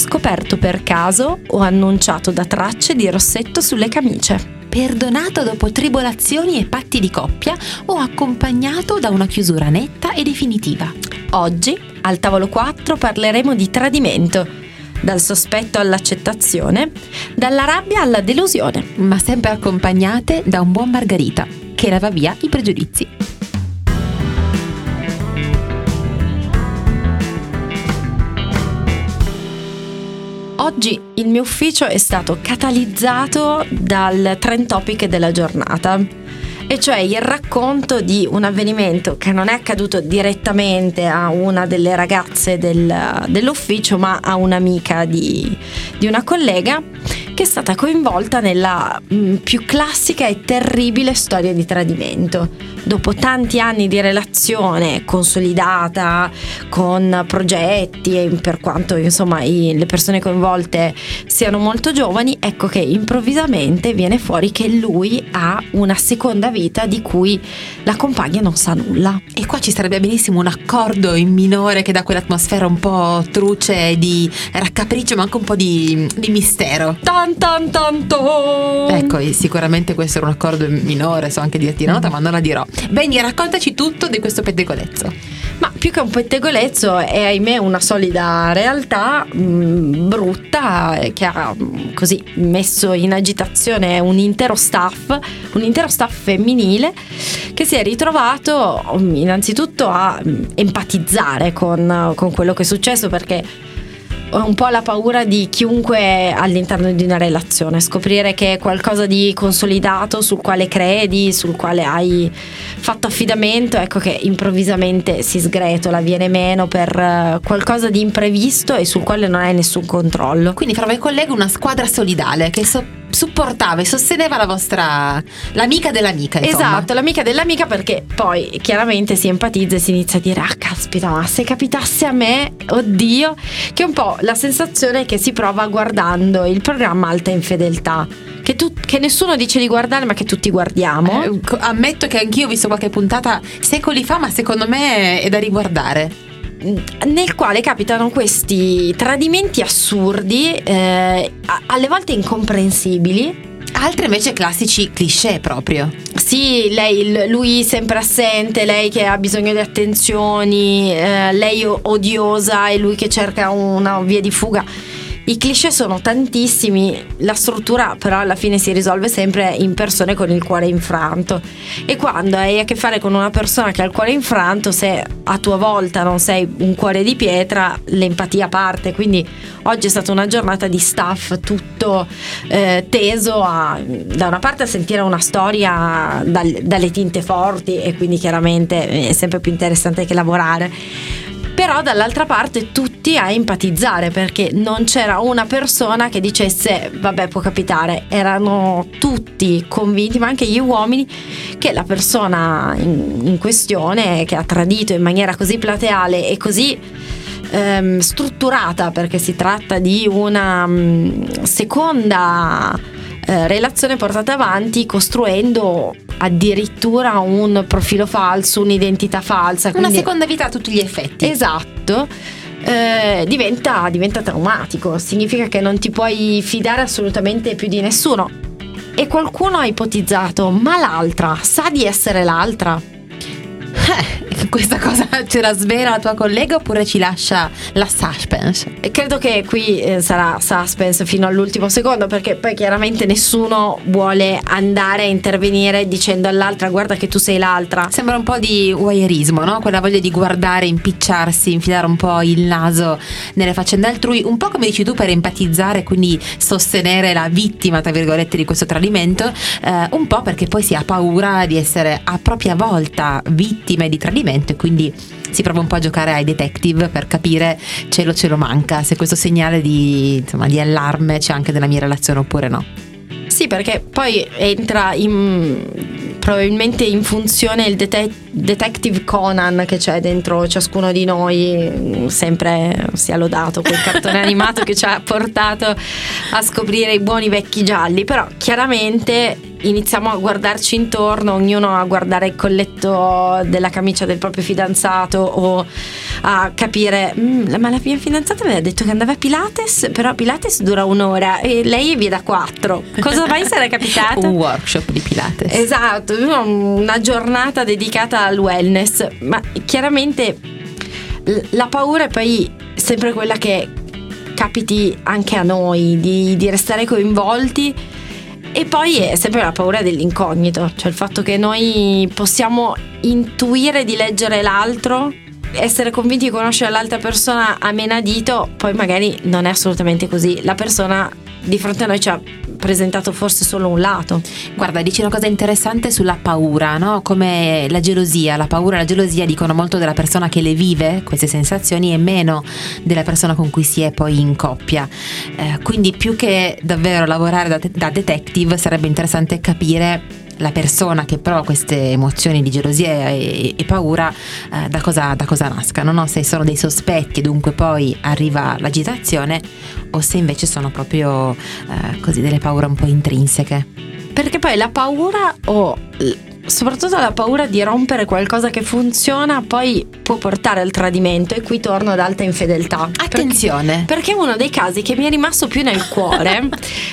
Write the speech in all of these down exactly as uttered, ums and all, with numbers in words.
scoperto per caso o annunciato da tracce di rossetto sulle camicie. Perdonato dopo tribolazioni e patti di coppia o accompagnato da una chiusura netta e definitiva. Oggi, al tavolo quattro, parleremo di tradimento, dal sospetto all'accettazione, dalla rabbia alla delusione, ma sempre accompagnate da un buon margarita che lava via i pregiudizi. Oggi il mio ufficio è stato catalizzato dal trend topic della giornata, e cioè il racconto di un avvenimento che non è accaduto direttamente a una delle ragazze del, dell'ufficio, ma a un'amica di, di una collega che è stata coinvolta nella mh, più classica e terribile storia di tradimento. Dopo tanti anni di relazione consolidata, con progetti, e per quanto insomma i, le persone coinvolte siano molto giovani, ecco che improvvisamente viene fuori che lui ha una seconda vita di cui la compagna non sa nulla. E qua ci sarebbe benissimo un accordo in minore che dà quell'atmosfera un po' truce di raccapriccio, ma anche un po' di, di mistero. Tan tan tanto! Ecco, sicuramente questo era un accordo in minore, so anche dirti la nota, ma non la dirò. Benny, raccontaci tutto di questo pettegolezzo. Ma più che un pettegolezzo è, ahimè, una solida realtà mh, brutta, che ha mh, così messo in agitazione un intero staff, un intero staff femminile che si è ritrovato mh, innanzitutto a mh, empatizzare con, con quello che è successo, perché ho un po' la paura di chiunque all'interno di una relazione, scoprire che è qualcosa di consolidato, sul quale credi, sul quale hai fatto affidamento, ecco che improvvisamente si sgretola, viene meno per qualcosa di imprevisto e sul quale non hai nessun controllo. Quindi fra voi colleghi una squadra solidale che so- supportava e sosteneva la vostra, l'amica dell'amica, insomma. Esatto, l'amica dell'amica, perché poi chiaramente si empatizza e si inizia a dire: ah, caspita, ma se capitasse a me, oddio, che è un po' la sensazione che si prova guardando il programma Alta Infedeltà, che, tu, che nessuno dice di guardare ma che tutti guardiamo. Eh, ammetto che anch'io ho visto qualche puntata secoli fa, ma secondo me è da riguardare, nel quale capitano questi tradimenti assurdi, eh, alle volte incomprensibili, altri invece classici cliché proprio. Sì, lei, lui sempre assente, lei che ha bisogno di attenzioni, eh, lei odiosa e lui che cerca una via di fuga. I cliché sono tantissimi, la struttura però alla fine si risolve sempre in persone con il cuore infranto, e quando hai a che fare con una persona che ha il cuore infranto, se a tua volta non sei un cuore di pietra, l'empatia parte. Quindi oggi è stata una giornata di staff tutto eh, teso a, da una parte, a sentire una storia dal, dalle tinte forti, e quindi chiaramente è sempre più interessante che lavorare, però dall'altra parte tutti a empatizzare, perché non c'era una persona che dicesse vabbè, può capitare. Erano tutti convinti, ma anche gli uomini, che la persona in, in questione, che ha tradito in maniera così plateale e così ehm, strutturata, perché si tratta di una mh, seconda eh, relazione portata avanti costruendo addirittura un profilo falso, un'identità falsa, una quindi, seconda vita a tutti gli effetti. esatto, eh, diventa, diventa traumatico. Significa che non ti puoi fidare assolutamente più di nessuno. E qualcuno ha ipotizzato: ma l'altra sa di essere l'altra? Eh, questa cosa ce la svela la tua collega oppure ci lascia la suspense? E credo che qui eh, sarà suspense fino all'ultimo secondo, perché poi chiaramente nessuno vuole andare a intervenire dicendo all'altra: guarda che tu sei l'altra. Sembra un po' di voyeurismo, no? Quella voglia di guardare, impicciarsi, infilare un po' il naso nelle faccende altrui, un po' come dici tu, per empatizzare, quindi sostenere la vittima, tra virgolette, di questo tradimento, eh, un po' perché poi si ha paura di essere a propria volta vittime di tradimento, e quindi si prova un po' a giocare ai detective per capire cielo cielo manca se questo segnale di, insomma, di allarme c'è anche nella mia relazione oppure no. Sì, perché poi entra in, probabilmente in funzione il det- detective Conan che c'è dentro ciascuno di noi, sempre sia lodato quel cartone animato che ci ha portato a scoprire i buoni vecchi gialli. Però chiaramente iniziamo a guardarci intorno, ognuno a guardare il colletto della camicia del proprio fidanzato o a capire ma la mia fidanzata mi ha detto che andava a Pilates, però Pilates dura un'ora e lei è via da quattro, cosa mai sarà capitato? Un workshop di Pilates. Esatto, una giornata dedicata al wellness, ma chiaramente la paura è poi sempre quella che capiti anche a noi di, di restare coinvolti, e poi è sempre la paura dell'incognito, cioè il fatto che noi possiamo intuire di leggere l'altro, essere convinti di conoscere l'altra persona a menadito, poi magari non è assolutamente così, la persona di fronte a noi ci ha presentato forse solo un lato. Guarda, dici una cosa interessante sulla paura, no? Come la gelosia, la paura e la gelosia dicono molto della persona che le vive queste sensazioni e meno della persona con cui si è poi in coppia, eh, quindi più che davvero lavorare da, da detective sarebbe interessante capire la persona che prova queste emozioni di gelosia e, e paura, eh, da cosa, da cosa nascano, no? Se sono dei sospetti e dunque poi arriva l'agitazione, o se invece sono proprio eh, così delle paure un po' intrinseche. Perché poi la paura, o soprattutto la paura di rompere qualcosa che funziona, poi può portare al tradimento, e qui torno ad alta infedeltà. Attenzione, perché, perché uno dei casi che mi è rimasto più nel cuore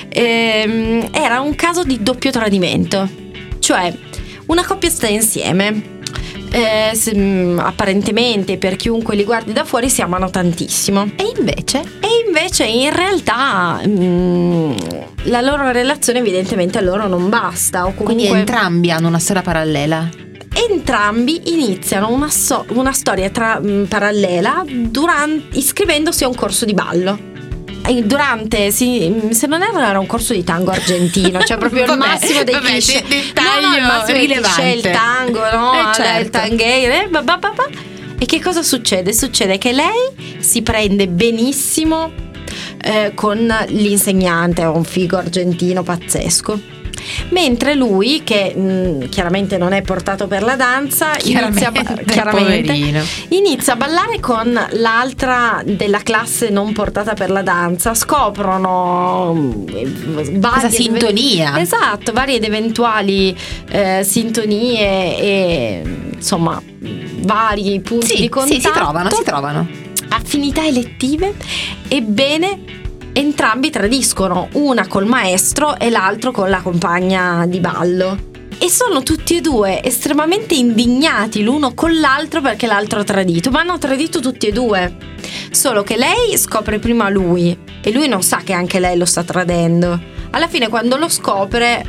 ehm, era un caso di doppio tradimento. Cioè, una coppia sta insieme, eh, se, mh, apparentemente per chiunque li guardi da fuori si amano tantissimo, e invece? E invece in realtà mh, la loro relazione evidentemente a loro non basta, o comunque... Quindi entrambi hanno una storia parallela? Entrambi iniziano una, so- una storia tra, mh, parallela durante, iscrivendosi a un corso di ballo. Durante, sì, se non erro era un corso di tango argentino, cioè proprio vabbè, il massimo dei vabbè, cliché, dettaglio no, no, il massimo dei cliché, il tango, no? Eh, certo. Il tanghiere, bah, bah, bah, bah. E che cosa succede? Succede che lei si prende benissimo eh, con l'insegnante, è un figo argentino pazzesco. Mentre lui, che mh, chiaramente non è portato per la danza, inizia a, ba- chiaramente, inizia a ballare con l'altra della classe non portata per la danza. Scoprono varie questa sintonia. Ed- esatto, varie ed eventuali eh, sintonie e insomma vari punti sì, di contatto. Sì, si trovano, si trovano. Affinità elettive, ebbene entrambi tradiscono, una col maestro e l'altro con la compagna di ballo, e sono tutti e due estremamente indignati l'uno con l'altro perché l'altro ha tradito, ma hanno tradito tutti e due, solo che lei scopre prima lui e lui non sa che anche lei lo sta tradendo. Alla fine, quando lo scopre,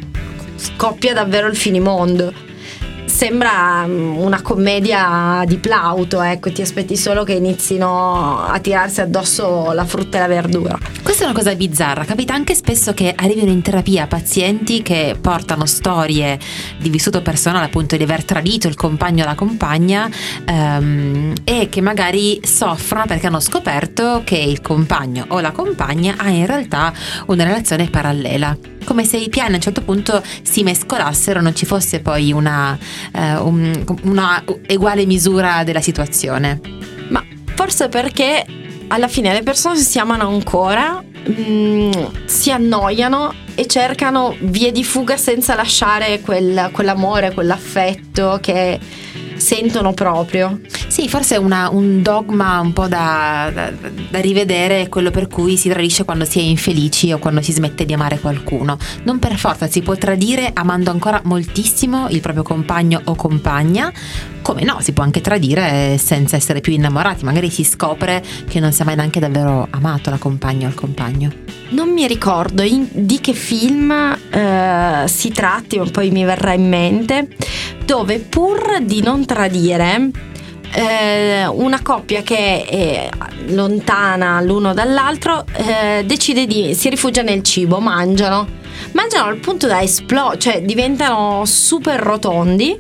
scoppia davvero il finimondo. Sembra una commedia di Plauto, ecco, ti aspetti solo che inizino a tirarsi addosso la frutta e la verdura. Questa è una cosa bizzarra, capita anche spesso che arrivino in terapia pazienti che portano storie di vissuto personale, appunto di aver tradito il compagno o la compagna, ehm, e che magari soffrono perché hanno scoperto che il compagno o la compagna ha in realtà una relazione parallela, come se i piani a un certo punto si mescolassero, non ci fosse poi una, eh, un, una uguale misura della situazione. Ma forse perché alla fine le persone si amano ancora, mh, si annoiano e cercano vie di fuga senza lasciare quel, quell'amore, quell'affetto che sentono proprio. Sì, forse è una, un dogma un po' da, da, da rivedere è quello per cui si tradisce quando si è infelici o quando si smette di amare qualcuno. Non per forza si può tradire amando ancora moltissimo il proprio compagno o compagna, come no, si può anche tradire senza essere più innamorati, magari si scopre che non si è mai neanche davvero amato la compagna o il compagno. Non mi ricordo in, di che film eh, si tratti, ma poi mi verrà in mente, dove pur di non tradire eh, una coppia che è lontana l'uno dall'altro eh, decide di si rifugia nel cibo, mangiano mangiano al punto da esplodere, cioè diventano super rotondi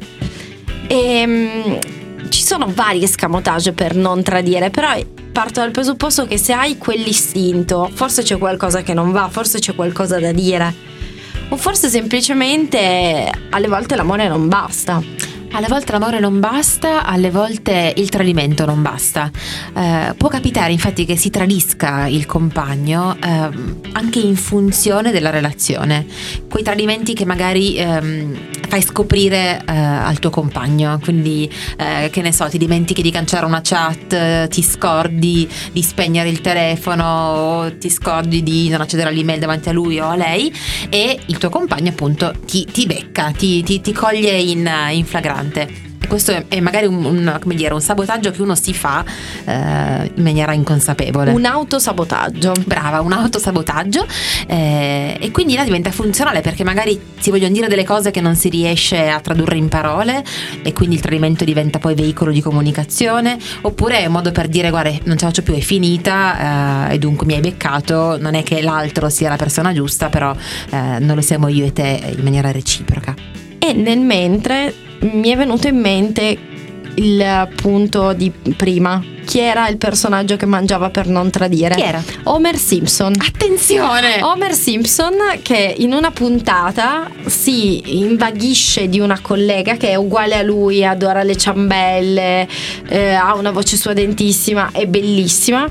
e mh, ci sono vari escamotage per non tradire, però parto dal presupposto che se hai quell'istinto forse c'è qualcosa che non va, forse c'è qualcosa da dire, o forse semplicemente alle volte l'amore non basta. Alle volte l'amore non basta, alle volte il tradimento non basta. Eh, può capitare infatti che si tradisca il compagno eh, anche in funzione della relazione. Quei tradimenti che magari ehm, fai scoprire eh, al tuo compagno, quindi eh, che ne so, ti dimentichi di cancellare una chat, eh, ti scordi di spegnere il telefono, o ti scordi di non accedere all'email davanti a lui o a lei, e il tuo compagno appunto ti, ti becca, ti, ti, ti coglie in, in flagrante. E questo è, è magari un, un, come dire, un sabotaggio che uno si fa eh, in maniera inconsapevole. Un autosabotaggio. Brava, un autosabotaggio eh, e quindi là diventa funzionale, perché magari si vogliono dire delle cose che non si riesce a tradurre in parole, e quindi il tradimento diventa poi veicolo di comunicazione, oppure è un modo per dire: guarda, non ce la faccio più, è finita eh, e dunque mi hai beccato. Non è che l'altro sia la persona giusta, però eh, non lo siamo io e te in maniera reciproca. E nel mentre mi è venuto in mente il punto di prima. Chi era il personaggio che mangiava per non tradire? Chi era? Homer Simpson. Attenzione! Homer Simpson, che in una puntata si invaghisce di una collega che è uguale a lui, adora le ciambelle, eh, ha una voce suadentissima, è bellissima.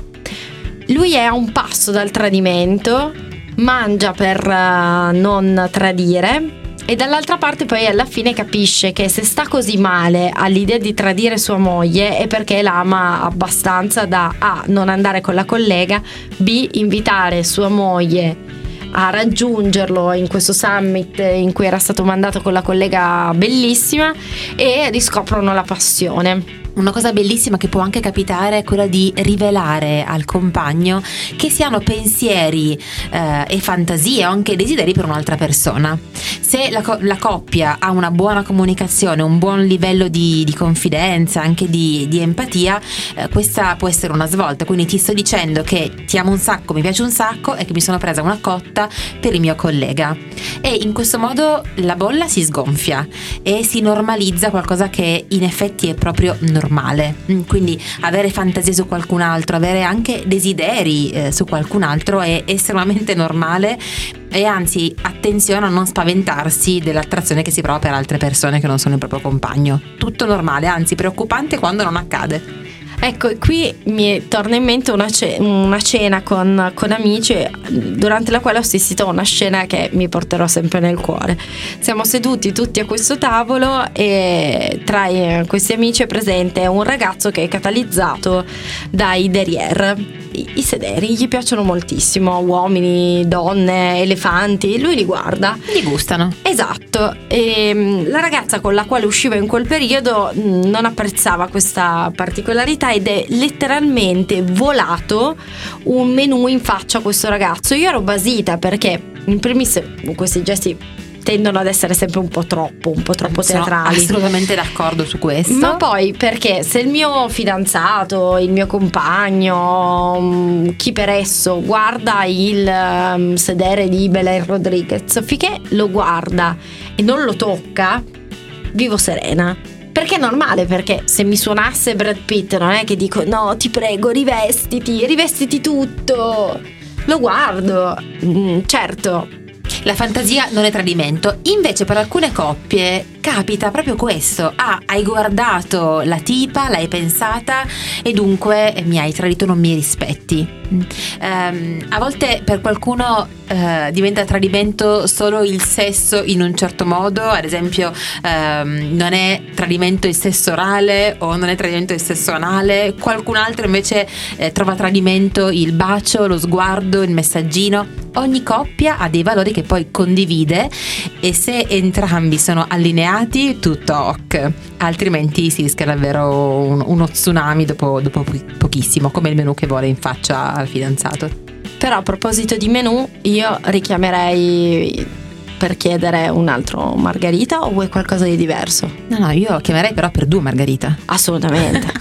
Lui è a un passo dal tradimento, mangia per uh, non tradire, e dall'altra parte poi alla fine capisce che se sta così male all'idea di tradire sua moglie è perché l'ama abbastanza da A, non andare con la collega, B, invitare sua moglie a raggiungerlo in questo summit in cui era stato mandato con la collega bellissima, e riscoprono la passione. Una cosa bellissima che può anche capitare è quella di rivelare al compagno che si hanno pensieri eh, e fantasie o anche desideri per un'altra persona. Se la, co- la coppia ha una buona comunicazione, un buon livello di, di confidenza, anche di, di empatia, eh, questa può essere una svolta. Quindi ti sto dicendo che ti amo un sacco, mi piace un sacco, e che mi sono presa una cotta per il mio collega, e in questo modo la bolla si sgonfia e si normalizza qualcosa che in effetti è proprio normale. Quindi avere fantasie su qualcun altro, avere anche desideri eh, su qualcun altro è estremamente normale, e anzi attenzione a non spaventarsi dell'attrazione che si prova per altre persone che non sono il proprio compagno. Tutto normale, anzi preoccupante quando non accade. Ecco, qui mi torna in mente una, ce- una cena con, con amici, durante la quale ho assistito a una scena che mi porterò sempre nel cuore. Siamo seduti tutti a questo tavolo e tra i, questi amici è presente un ragazzo che è catalizzato dai derrière. I, I sederi gli piacciono moltissimo, uomini, donne, elefanti, lui li guarda. Gli gustano. Esatto. E la ragazza con la quale usciva in quel periodo non apprezzava questa particolarità ed è letteralmente volato un menù in faccia a questo ragazzo. Io ero basita perché in primis questi gesti tendono ad essere sempre un po' troppo, un po' troppo teatrali. Sono assolutamente d'accordo su questo. Ma poi perché se il mio fidanzato, il mio compagno, chi per esso guarda il um, sedere di Belen Rodriguez, finché lo guarda e non lo tocca, vivo serena. Perché è normale, perché se mi suonasse Brad Pitt non è che dico no, ti prego, rivestiti, rivestiti tutto. Lo guardo, mm, certo. La fantasia non è tradimento. Invece per alcune coppie capita proprio questo. Ah, hai guardato la tipa, l'hai pensata e dunque mi hai tradito, non mi rispetti. Um, a volte per qualcuno uh, diventa tradimento solo il sesso in un certo modo. Ad esempio um, non è tradimento il sesso orale o non è tradimento il sesso anale. Qualcun altro invece eh, trova tradimento il bacio, lo sguardo, il messaggino. Ogni coppia ha dei valori che poi condivide, e se entrambi sono allineati tutto ok, altrimenti si rischia davvero un, uno tsunami dopo, dopo pochissimo, come il menù che vuole in faccia al fidanzato. Però a proposito di menù, io richiamerei per chiedere un altro margherita, o vuoi qualcosa di diverso? No, no, io chiamerei però per due margherita. Assolutamente.